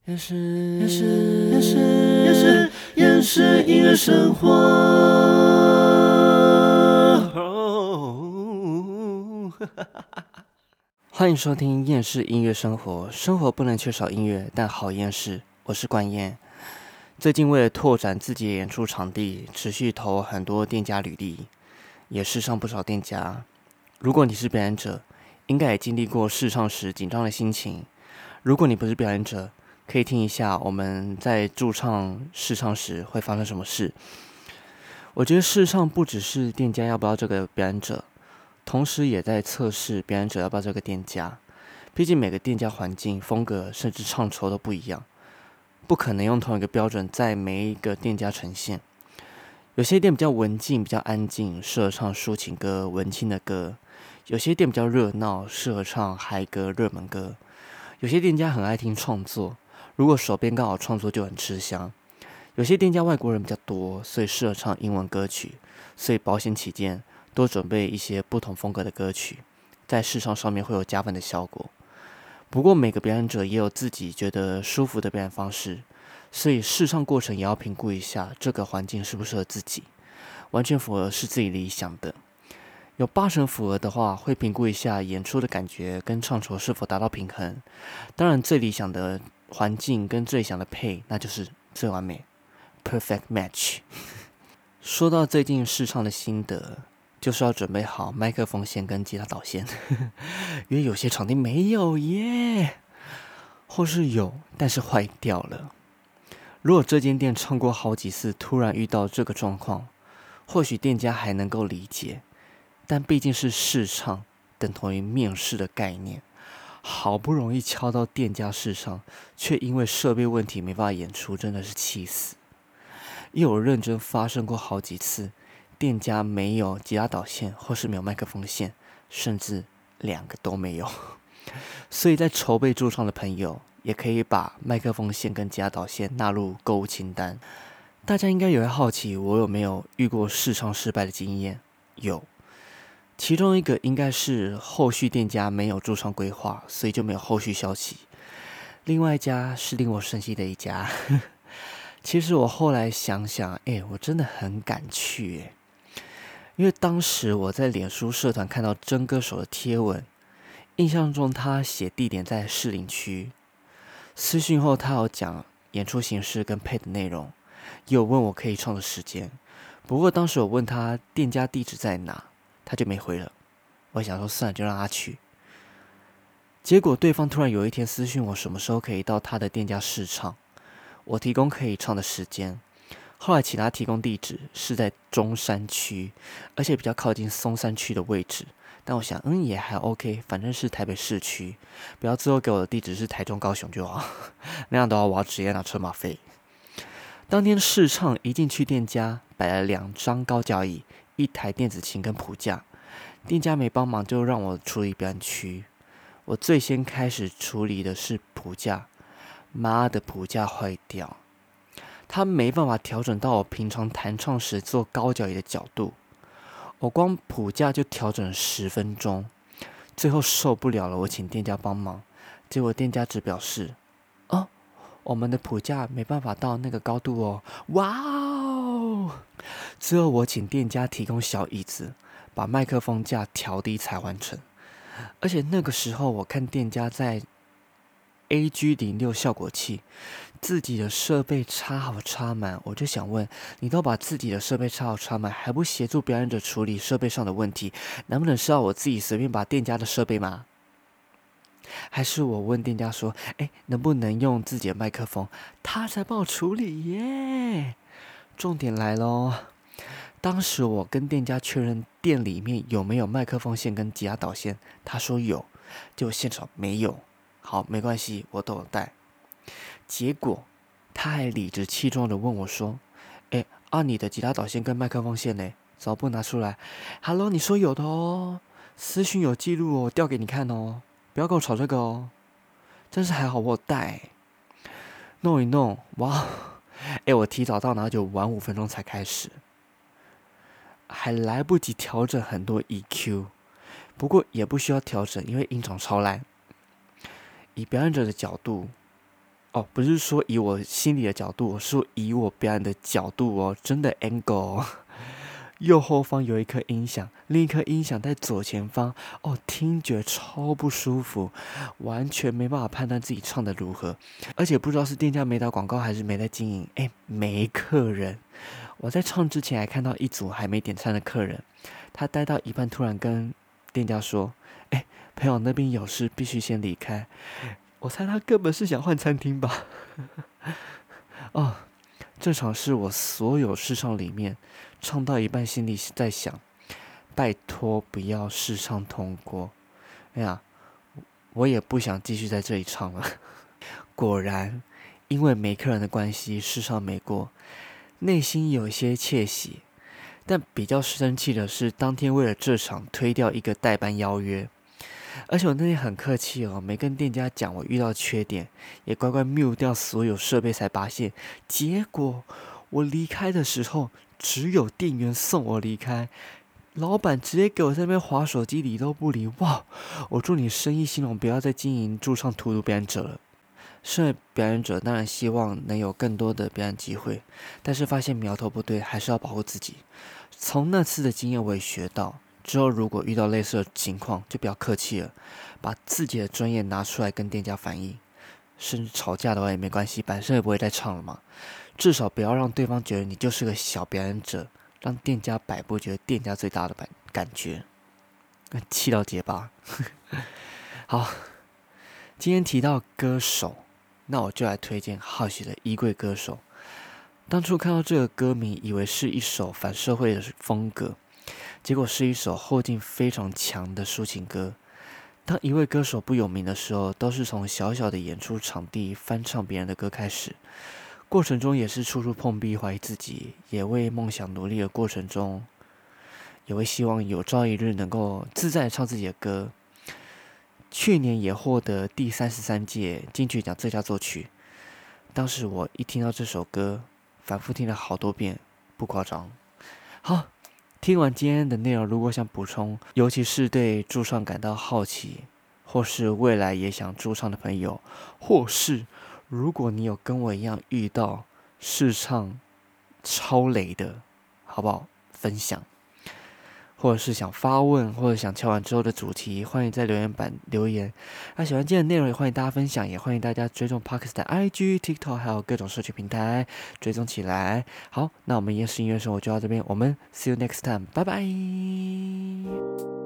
厌世音乐生活。欢迎收听厌世音乐生活。生活不能缺少音乐，但好厌世。我是冠燕。最近为了拓展自己的演出场地，持续投很多店家履历，也试上不少店家。如果你是表演者，应该也经历过试唱时紧张的心情。如果你不是表演者，可以听一下我们在驻唱试唱时会发生什么事。我觉得试唱不只是店家要不要这个表演者，同时也在测试表演者要不要这个店家。毕竟每个店家环境、风格甚至唱酬都不一样，不可能用同一个标准在每一个店家呈现。有些店比较文静、比较安静，适合唱抒情歌、文青的歌；有些店比较热闹，适合唱嗨歌、热门歌；有些店家很爱听创作，如果手边刚好创作就很吃香。有些店家外国人比较多，所以适合唱英文歌曲，所以保险起见，多准备一些不同风格的歌曲，在试唱上面会有加分的效果。不过每个表演者也有自己觉得舒服的表演方式，所以试唱过程也要评估一下这个环境适不适合自己，完全符合是自己理想的。有80%符合的话，会评估一下演出的感觉跟唱酬是否达到平衡。当然，最理想的环境跟最想的配，那就是最完美 ，perfect match。说到最近试唱的心得，就是要准备好麦克风线跟吉他导线，因为有些场地没有耶，或是有但是坏掉了。如果这间店唱过好几次，突然遇到这个状况，或许店家还能够理解。但毕竟是试唱，等同于面试的概念，好不容易敲到店家试唱，却因为设备问题没办法演出，真的是气死。也有认真发生过好几次，店家没有吉他导线，或是没有麦克风线，甚至2个都没有。所以在筹备驻唱的朋友，也可以把麦克风线跟吉他导线纳入购物清单。大家应该也会好奇，我有没有遇过试唱失败的经验？有。其中一个应该是后续店家没有驻唱规划，所以就没有后续消息。另外一家是令我生气的一家。其实我后来想想，我真的很敢去因为当时我在脸书社团看到真歌手的贴文，印象中他写地点在士林区。私讯后他有讲演出形式跟配的内容，也有问我可以唱的时间。不过当时我问他店家地址在哪，他就没回了。我想说算了，就让他去。结果对方突然有一天私讯我什么时候可以到他的店家试唱，我提供可以唱的时间。后来请他提供地址是在中山区，而且比较靠近松山区的位置。但我想也还 OK， 反正是台北市区，不要最后给我的地址是台中高雄就好，那样的话我要直接拿车马费。当天试唱一进去，店家摆了2张高脚椅、1台电子琴跟谱架，店家没帮忙就让我处理表演区。我最先开始处理的是谱架，妈的谱架坏掉，它没办法调整到我平常弹唱时做高脚椅的角度，我光谱架就调整10分钟，最后受不了了，我请店家帮忙，结果店家只表示我们的谱架没办法到那个高度哦。哇哦！之后我请店家提供小椅子，把麦克风架调低才完成。而且那个时候我看店家在 AG06 效果器，自己的设备插好插满，我就想问，你都把自己的设备插好插满，还不协助表演者处理设备上的问题，能不能是要我自己随便把店家的设备吗？还是我问店家说，能不能用自己的麦克风，他才帮我处理耶。重点来咯，当时我跟店家确认店里面有没有麦克风线跟吉他导线，他说有，结果现场没有。好，没关系，我都有带。结果他还理直气壮的问我说，你的吉他导线跟麦克风线呢？怎么不拿出来？ Hello， 你说有的哦，私讯有记录哦，调给你看哦，不要跟我吵这个哦。真是还好我有带，弄一弄，哇，我提早到，然后就晚5分钟才开始，还来不及调整很多 EQ， 不过也不需要调整，因为音场超烂。以表演者的角度， 哦，不是说以我心里的角度，我是以我表演的角度哦，真的 angle 哦。右后方有一颗音响，另一颗音响在左前方。哦，听觉超不舒服，完全没办法判断自己唱的如何，而且不知道是店家没打广告还是没在经营。没客人。我在唱之前还看到一组还没点餐的客人，他待到一半突然跟店家说：朋友那边有事，必须先离开。我猜他根本是想换餐厅吧。哦，这场是我所有试唱里面唱到一半，心里在想：拜托不要试唱通过。哎呀，我也不想继续在这里唱了。果然，因为没客人的关系，试唱没过，内心有些窃喜。但比较生气的是，当天为了这场推掉一个代班邀约，而且我那天很客气哦，没跟店家讲我遇到缺点，也乖乖 mute 掉所有设备才拔线。结果我离开的时候，只有店员送我离开，老板直接给我在那边滑手机，理都不理。哇！我祝你生意兴隆，不要再经营驻唱荼毒表演者了。身为表演者，当然希望能有更多的表演机会，但是发现苗头不对，还是要保护自己。从那次的经验，我也学到，之后如果遇到类似的情况，就不要客气了，把自己的专业拿出来跟店家反映，甚至吵架的话也没关系，本身也不会再唱了嘛。至少不要让对方觉得你就是个小表演者，让店家摆布觉得店家最大的感觉，气到结巴。好，今天提到歌手，那我就来推荐浩许的《衣柜歌手》。当初看到这个歌名，以为是一首反社会的风格，结果是一首后劲非常强的抒情歌。当一位歌手不有名的时候，都是从小小的演出场地翻唱别人的歌开始，过程中也是处处碰壁，怀疑自己，也为梦想努力的过程中，也会希望有朝一日能够自在地唱自己的歌。去年也获得第33届金曲奖最佳作曲。当时我一听到这首歌，反复听了好多遍，不夸张。好，听完今天的内容，如果想补充，尤其是对驻唱感到好奇，或是未来也想驻唱的朋友，或是如果你有跟我一样遇到试唱超雷的，好不好？分享。或者是想发问，或者想敲完之后的主题，欢迎在留言板留言。喜欢今天的内容，也欢迎大家分享，也欢迎大家追踪 Podcast 的 IG、TikTok， 还有各种社群平台追踪起来。好，那我们夜市音乐生活就到这边，我们 See you next time， 拜拜。